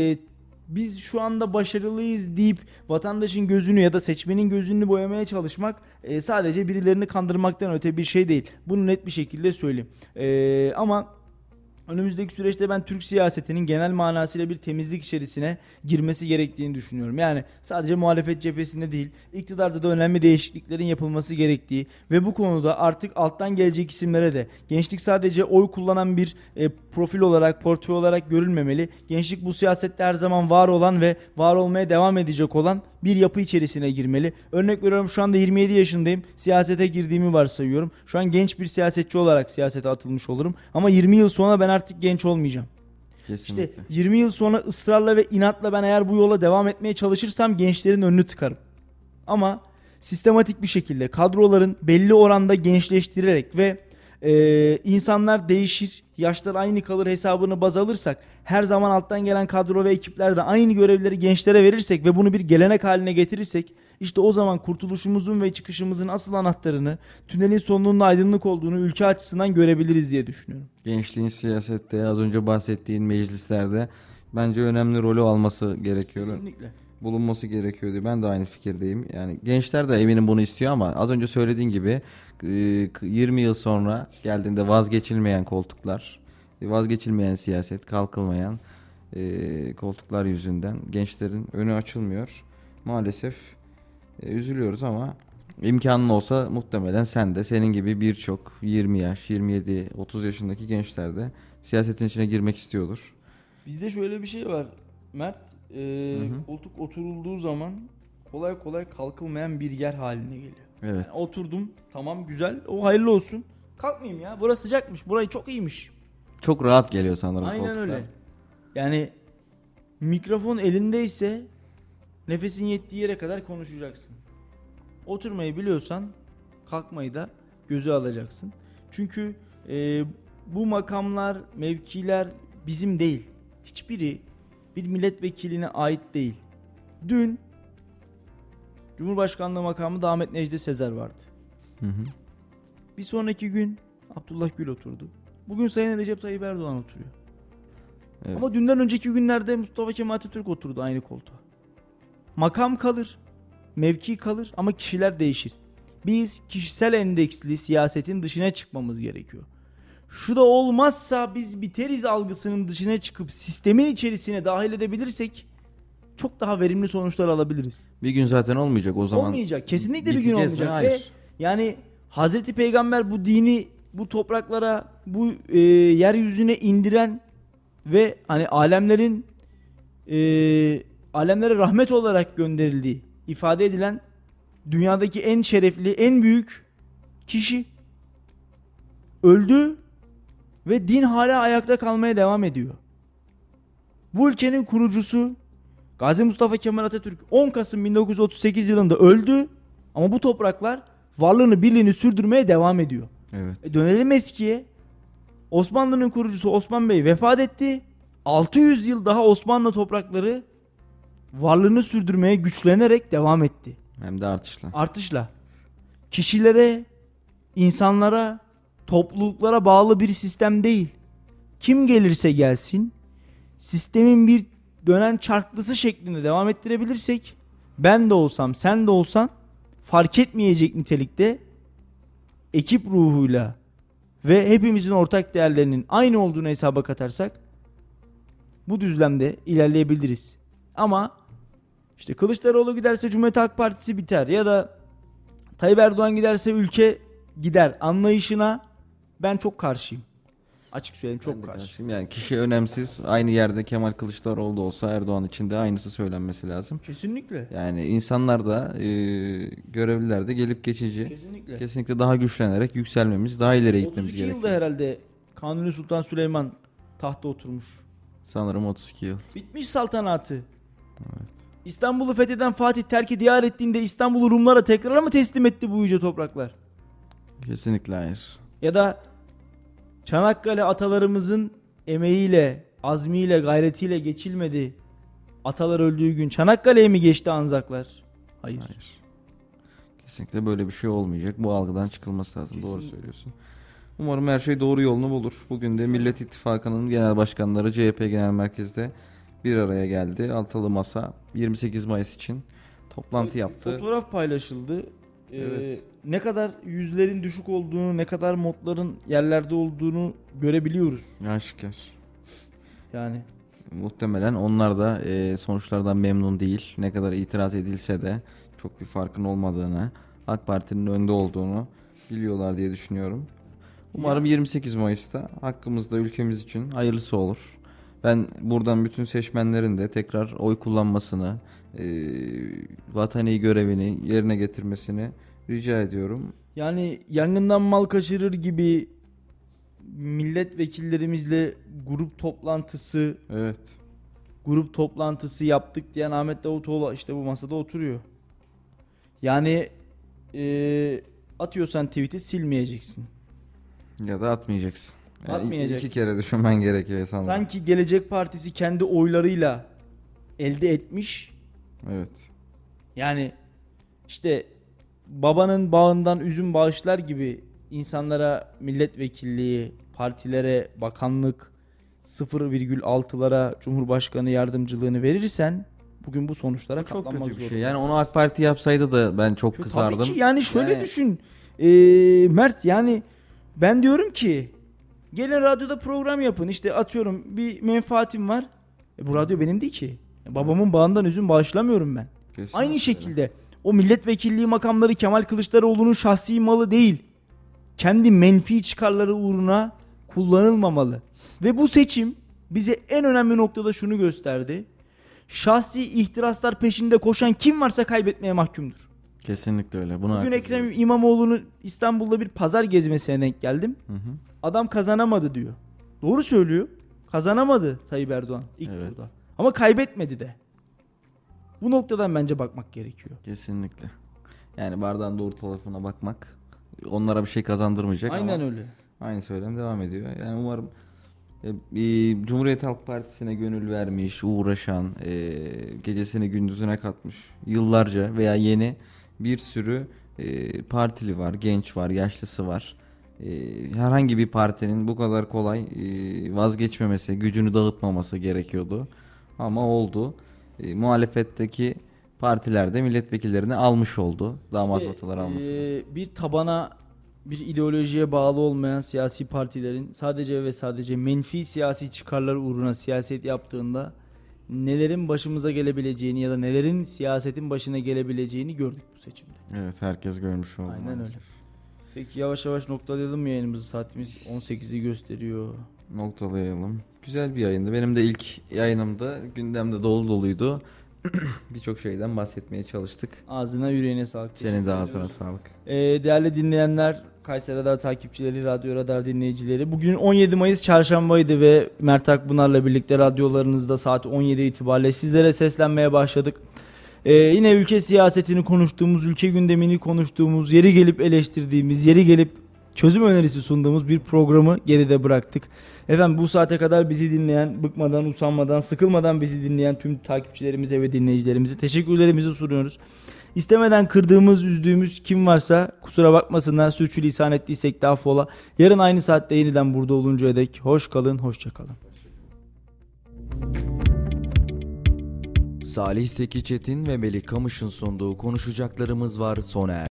biz şu anda başarılıyız deyip vatandaşın gözünü ya da seçmenin gözünü boyamaya çalışmak sadece birilerini kandırmaktan öte bir şey değil. Bunu net bir şekilde söyleyeyim. Ama önümüzdeki süreçte ben Türk siyasetinin genel manasıyla bir temizlik içerisine girmesi gerektiğini düşünüyorum. Yani sadece muhalefet cephesinde değil, iktidarda da önemli değişikliklerin yapılması gerektiği ve bu konuda artık alttan gelecek isimlere de gençlik sadece oy kullanan bir profil olarak, portföy olarak görülmemeli. Gençlik bu siyasette her zaman var olan ve var olmaya devam edecek olan bir yapı içerisine girmeli. Örnek veriyorum, şu anda 27 yaşındayım. Siyasete girdiğimi varsayıyorum. Şu an genç bir siyasetçi olarak siyasete atılmış olurum. Ama 20 yıl sonra ben artık genç olmayacağım. Kesinlikle. İşte 20 yıl sonra ısrarla ve inatla ben eğer bu yola devam etmeye çalışırsam gençlerin önünü tıkarım. Ama sistematik bir şekilde kadroların belli oranda gençleştirerek ve insanlar değişir, yaşlar aynı kalır hesabını baz alırsak, her zaman alttan gelen kadro ve ekipler de aynı görevleri gençlere verirsek ve bunu bir gelenek haline getirirsek, işte o zaman kurtuluşumuzun ve çıkışımızın asıl anahtarını, tünelin sonunun aydınlık olduğunu ülke açısından görebiliriz diye düşünüyorum. Gençliğin siyasette, az önce bahsettiğin meclislerde bence önemli rolü alması gerekiyor. Kesinlikle. Bulunması gerekiyor diye ben de aynı fikirdeyim. Yani gençler de eminim bunu istiyor ama az önce söylediğin gibi 20 yıl sonra geldiğinde vazgeçilmeyen koltuklar, vazgeçilmeyen siyaset, kalkılmayan koltuklar yüzünden gençlerin önü açılmıyor. Maalesef üzülüyoruz ama İmkanın olsa muhtemelen sen de senin gibi birçok 20 yaş, 27, 30 yaşındaki gençler de siyasetin içine girmek istiyordur. Bizde şöyle bir şey var Mert. Koltuk oturulduğu zaman kolay kolay kalkılmayan bir yer haline geliyor. Evet. Yani oturdum, tamam güzel, o hayırlı olsun. Kalkmayayım ya, burası sıcakmış, burayı çok iyiymiş. Çok rahat geliyor sanırım Aynen koltuklar. öyle. Yani mikrofon elindeyse nefesin yettiği yere kadar konuşacaksın. Oturmayı biliyorsan kalkmayı da göze alacaksın. Çünkü bu makamlar, mevkiler bizim değil. Hiçbiri bir milletvekiline ait değil. Dün Cumhurbaşkanlığı makamı Ahmet Necdet Sezer vardı. Hı hı. Bir sonraki gün Abdullah Gül oturdu. Bugün Sayın Recep Tayyip Erdoğan oturuyor. Evet. Ama dünden önceki günlerde Mustafa Kemal Atatürk oturdu aynı koltuğa. Makam kalır, mevki kalır ama kişiler değişir. Biz kişisel endeksli siyasetin dışına çıkmamız gerekiyor. Şu da olmazsa biz biteriz algısının dışına çıkıp sistemin içerisine dahil edebilirsek çok daha verimli sonuçlar alabiliriz. Bir gün zaten olmayacak o zaman. Olmayacak. Kesinlikle bir gün biteceğiz olmayacak. mi? Hayır. Ve yani Hazreti Peygamber bu dini bu topraklara, bu yeryüzüne indiren ve hani alemlere rahmet olarak gönderildiği ifade edilen dünyadaki en şerefli, en büyük kişi öldü ve din hala ayakta kalmaya devam ediyor. Bu ülkenin kurucusu Gazi Mustafa Kemal Atatürk 10 Kasım 1938 yılında öldü ama bu topraklar varlığını, birliğini sürdürmeye devam ediyor. Evet. Dönelim eskiye. Osmanlı'nın kurucusu Osman Bey vefat etti. 600 yıl daha Osmanlı toprakları varlığını sürdürmeye güçlenerek devam etti. Hem de artışla. Artışla. Kişilere, insanlara, topluluklara bağlı bir sistem değil. Kim gelirse gelsin, sistemin bir dönen çarklısı şeklinde devam ettirebilirsek, ben de olsam, sen de olsan fark etmeyecek nitelikte ekip ruhuyla ve hepimizin ortak değerlerinin aynı olduğunu hesaba katarsak bu düzlemde ilerleyebiliriz. Ama işte Kılıçdaroğlu giderse Cumhuriyet Halk Partisi biter ya da Tayyip Erdoğan giderse ülke gider anlayışına ben çok karşıyım. Açık söyleyeyim, çok karşıyım. Yani kişi önemsiz. Aynı yerde Kemal Kılıçdaroğlu da olsa Erdoğan için de aynısı söylenmesi lazım. Kesinlikle. Yani insanlar da görevliler de gelip geçici. Kesinlikle. Kesinlikle daha güçlenerek yükselmemiz, daha ileri gitmemiz 32 gerekiyor. yılda herhalde Kanuni Sultan Süleyman tahta oturmuş. Sanırım 32 yıl. Bitmiş saltanatı. Evet. İstanbul'u fetheden Fatih terk diyar ettiğinde İstanbul'u Rumlara tekrar mı teslim etti bu yüce topraklar? Kesinlikle hayır. Ya da Çanakkale atalarımızın emeğiyle, azmiyle, gayretiyle geçilmedi. Atalar öldüğü gün Çanakkale'ye mi geçti Anzaklar? Hayır. Kesinlikle böyle bir şey olmayacak. Bu algıdan çıkılması lazım. Kesinlikle. Doğru söylüyorsun. Umarım her şey doğru yolunu bulur. Bugün de Millet İttifakı'nın genel başkanları CHP Genel Merkez'de bir araya geldi. Altılı Masa 28 Mayıs için toplantı yaptı. Fotoğraf paylaşıldı. Evet. Ne kadar yüzlerin düşük olduğunu, ne kadar modların yerlerde olduğunu görebiliyoruz. Aşikar. Yani Muhtemelen onlar da sonuçlardan memnun değil. Ne kadar itiraz edilse de çok bir farkın olmadığını, AK Parti'nin önde olduğunu biliyorlar diye düşünüyorum. Umarım 28 Mayıs'ta hakkımızda ülkemiz için hayırlısı olur. Ben buradan bütün seçmenlerin de tekrar oy kullanmasını, vatani görevini yerine getirmesini rica ediyorum. yani yangından mal kaçırır gibi milletvekillerimizle Evet. grup toplantısı yaptık diyen Ahmet Davutoğlu işte bu masada oturuyor. Yani atıyorsan tweet'i silmeyeceksin. Ya da atmayacaksın. Yani Atmayacaksın. İki kere düşünmen gerekiyor sanırım. Sanki Gelecek Partisi kendi oylarıyla elde etmiş. Evet. Yani işte babanın bağından üzüm bağışlar gibi insanlara milletvekilliği, partilere bakanlık, 0,6'lara Cumhurbaşkanı yardımcılığını verirsen bugün bu sonuçlara Çok katlanmak kötü bir şey. zorunda. Yani onu AK Parti yapsaydı da ben çok kızardım. Tabii ki yani şöyle Yani- düşün. Mert yani ben diyorum ki gelin radyoda program yapın. İşte atıyorum bir menfaatim var. Bu radyo benim değil ki. Babamın bağından üzüm bağışlamıyorum ben. Kesinlikle. Aynı şekilde O milletvekilliği makamları Kemal Kılıçdaroğlu'nun şahsi malı değil. Kendi menfi çıkarları uğruna kullanılmamalı. Ve bu seçim bize en önemli noktada şunu gösterdi. Şahsi ihtiraslar peşinde koşan kim varsa kaybetmeye mahkumdur. Kesinlikle öyle. Bugün Ekrem İmamoğlu'nu İstanbul'da bir pazar gezmesine denk geldim. Adam kazanamadı diyor. Doğru söylüyor. Kazanamadı Tayyip Erdoğan ilk turda. Ama kaybetmedi de. Bu noktadan bence bakmak gerekiyor. Kesinlikle. Yani bardağın doğru tarafına bakmak onlara bir şey kazandırmayacak. Aynen öyle. Aynı söylem devam ediyor. Yani umarım Cumhuriyet Halk Partisi'ne gönül vermiş, uğraşan, gecesini gündüzüne katmış yıllarca veya yeni bir sürü partili var, genç var, yaşlısı var. Herhangi bir partinin bu kadar kolay vazgeçmemesi, gücünü dağıtmaması gerekiyordu. Ama oldu. Muhalefetteki partiler de milletvekillerini almış oldu. Daha mazbatalar almasın. Bir tabana, bir ideolojiye bağlı olmayan siyasi partilerin sadece ve sadece menfi siyasi çıkarları uğruna siyaset yaptığında nelerin başımıza gelebileceğini ya da nelerin siyasetin başına gelebileceğini gördük bu seçimde. Evet, herkes görmüş oldu. Aynen öyle. Peki yavaş yavaş noktalayalım mı yayınımızı? Saatimiz 18'i gösteriyor. Noktalayalım. Güzel bir yayındı. Benim de ilk yayınımda gündemde dolu doluydu. Birçok şeyden bahsetmeye çalıştık. Ağzına yüreğine sağlık. Senin de ağzına sağlık. Değerli dinleyenler, Kayseri Radar takipçileri, Radyo Radar dinleyicileri. Bugün 17 Mayıs Çarşambaydı ve Mert Akpınar'la birlikte radyolarınızda saat 17 itibariyle sizlere seslenmeye başladık. Yine ülke siyasetini konuştuğumuz, ülke gündemini konuştuğumuz, yeri gelip eleştirdiğimiz, yeri gelip çözüm önerisi sunduğumuz bir programı geride bıraktık. Efendim bu saate kadar bizi dinleyen, bıkmadan, usanmadan, sıkılmadan bizi dinleyen tüm takipçilerimize ve dinleyicilerimize teşekkürlerimizi sunuyoruz. İstemeden kırdığımız, üzdüğümüz kim varsa kusura bakmasınlar, sürçülisan ettiysek de affola. Yarın aynı saatte yeniden burada oluncaya dek hoş kalın, hoşça kalın. Salih Zeki Çetin ve Melih Kamış'ın sunduğu konuşacaklarımız var sona erdi.